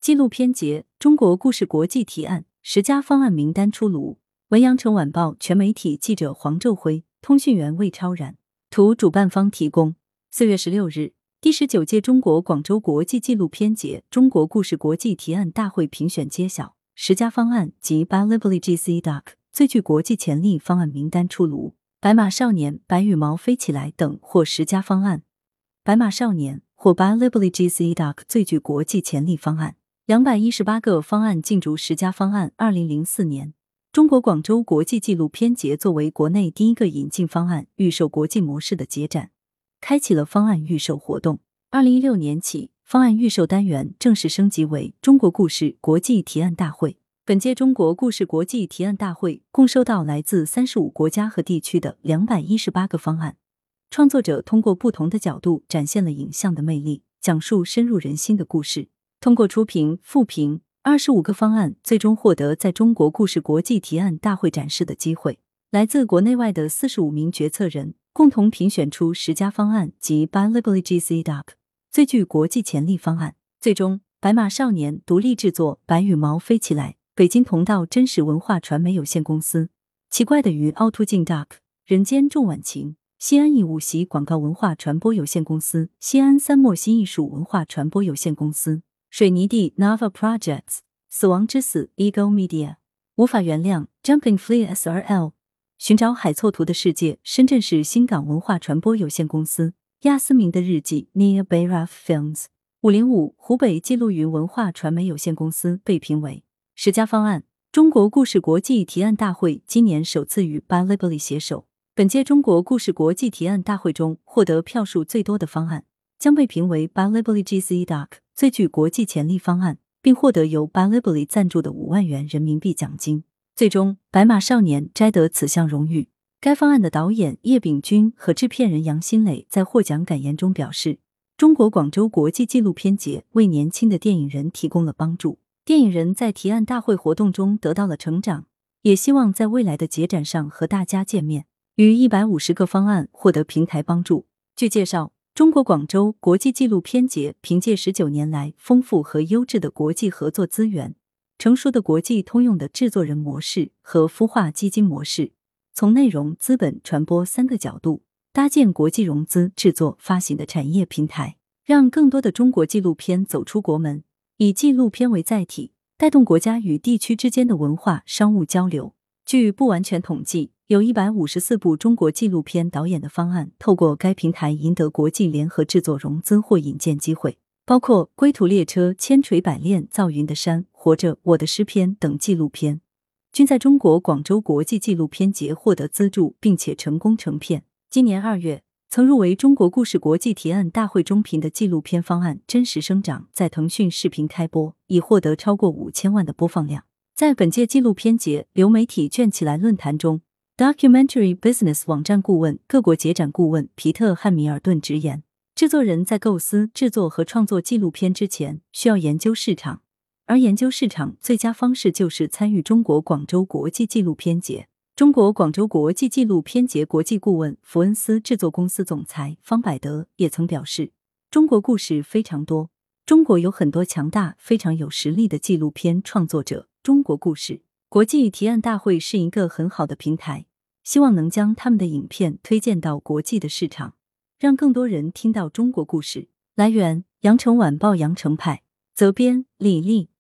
纪录片节中国故事国际提案10家方案名单出炉。文阳城晚报全媒体记者黄昼辉，通讯员魏超然。图主办方提供。4月16日，第19届中国广州国际纪录片节中国故事国际提案大会评选揭晓，10家方案及 BioLiberty GC Doc 最具国际潜力方案名单出炉。白马少年、白羽毛飞起来等获10家方案。白马少年获 BioLiberty GC Doc 最具国际潜力方案。218个方案竞逐10家方案。2004年，中国广州国际纪录片节作为国内第一个引进方案预售国际模式的节展，开启了方案预售活动。2016年起，方案预售单元正式升级为中国故事国际提案大会。本届中国故事国际提案大会共收到来自35国家和地区的218个方案，创作者通过不同的角度展现了影像的魅力，讲述深入人心的故事。通过初评、复评，25个方案最终获得在中国故事国际提案大会展示的机会。来自国内外的45名决策人共同评选出10家方案及 BioLiberty GC Doc 最具国际潜力方案。最终，白马少年独立制作白羽毛飞起来，北京同道真实文化传媒有限公司，奇怪的鱼凹凸镜 Doc 人间重晚晴，西安义务系广告文化传播有限公司，西安三墨西艺术文化传播有限公司，水泥地 Nava Projects， 死亡之死 Ego Media， 无法原谅 Jumping Flea SRL， 寻找海错图的世界深圳市新港文化传播有限公司，亚思明的日记 Nia Bayraf Films， 505湖北记录云文化传媒有限公司被评为10家方案。中国故事国际提案大会今年首次与 BioLiberty 携手，本届中国故事国际提案大会中获得票数最多的方案将被评为 BioLiberty GC Doc 最具国际潜力方案，并获得由 BioLiberty 赞助的5万元人民币奖金。最终，白马少年摘得此项荣誉。该方案的导演叶秉钧和制片人杨新磊在获奖感言中表示，中国广州国际纪录片节为年轻的电影人提供了帮助，电影人在提案大会活动中得到了成长，也希望在未来的节展上和大家见面。逾150个方案获得平台帮助。据介绍，中国广州国际纪录片节凭借19年来丰富和优质的国际合作资源，成熟的国际通用的制作人模式和孵化基金模式，从内容、资本、传播3个角度搭建国际融资、制作、发行的产业平台，让更多的中国纪录片走出国门，以纪录片为载体，带动国家与地区之间的文化商务交流。据不完全统计，有154部中国纪录片导演的方案透过该平台赢得国际联合制作融资或引荐机会，包括《归途列车》、《千锤百炼》、《造云的山》、《活着》、《我的诗篇》等纪录片，均在中国广州国际纪录片节获得资助，并且成功成片。今年2月，曾入围中国故事国际提案大会中评的纪录片方案《真实生长》在腾讯视频开播，已获得超过5000万的播放量。在本届纪录片节流媒体卷起来论坛中， Documentary Business 网站顾问、各国节展顾问皮特·汉密尔顿直言，制作人在构思、制作和创作纪录片之前需要研究市场，而研究市场最佳方式就是参与中国广州国际纪录片节。中国广州国际纪录片节国际顾问福恩斯制作公司总裁方百德也曾表示，中国故事非常多，中国有很多强大、非常有实力的纪录片创作者，中国故事国际提案大会是一个很好的平台，希望能将他们的影片推荐到国际的市场，让更多人听到中国故事。来源：羊城晚报羊城派，责编：李丽。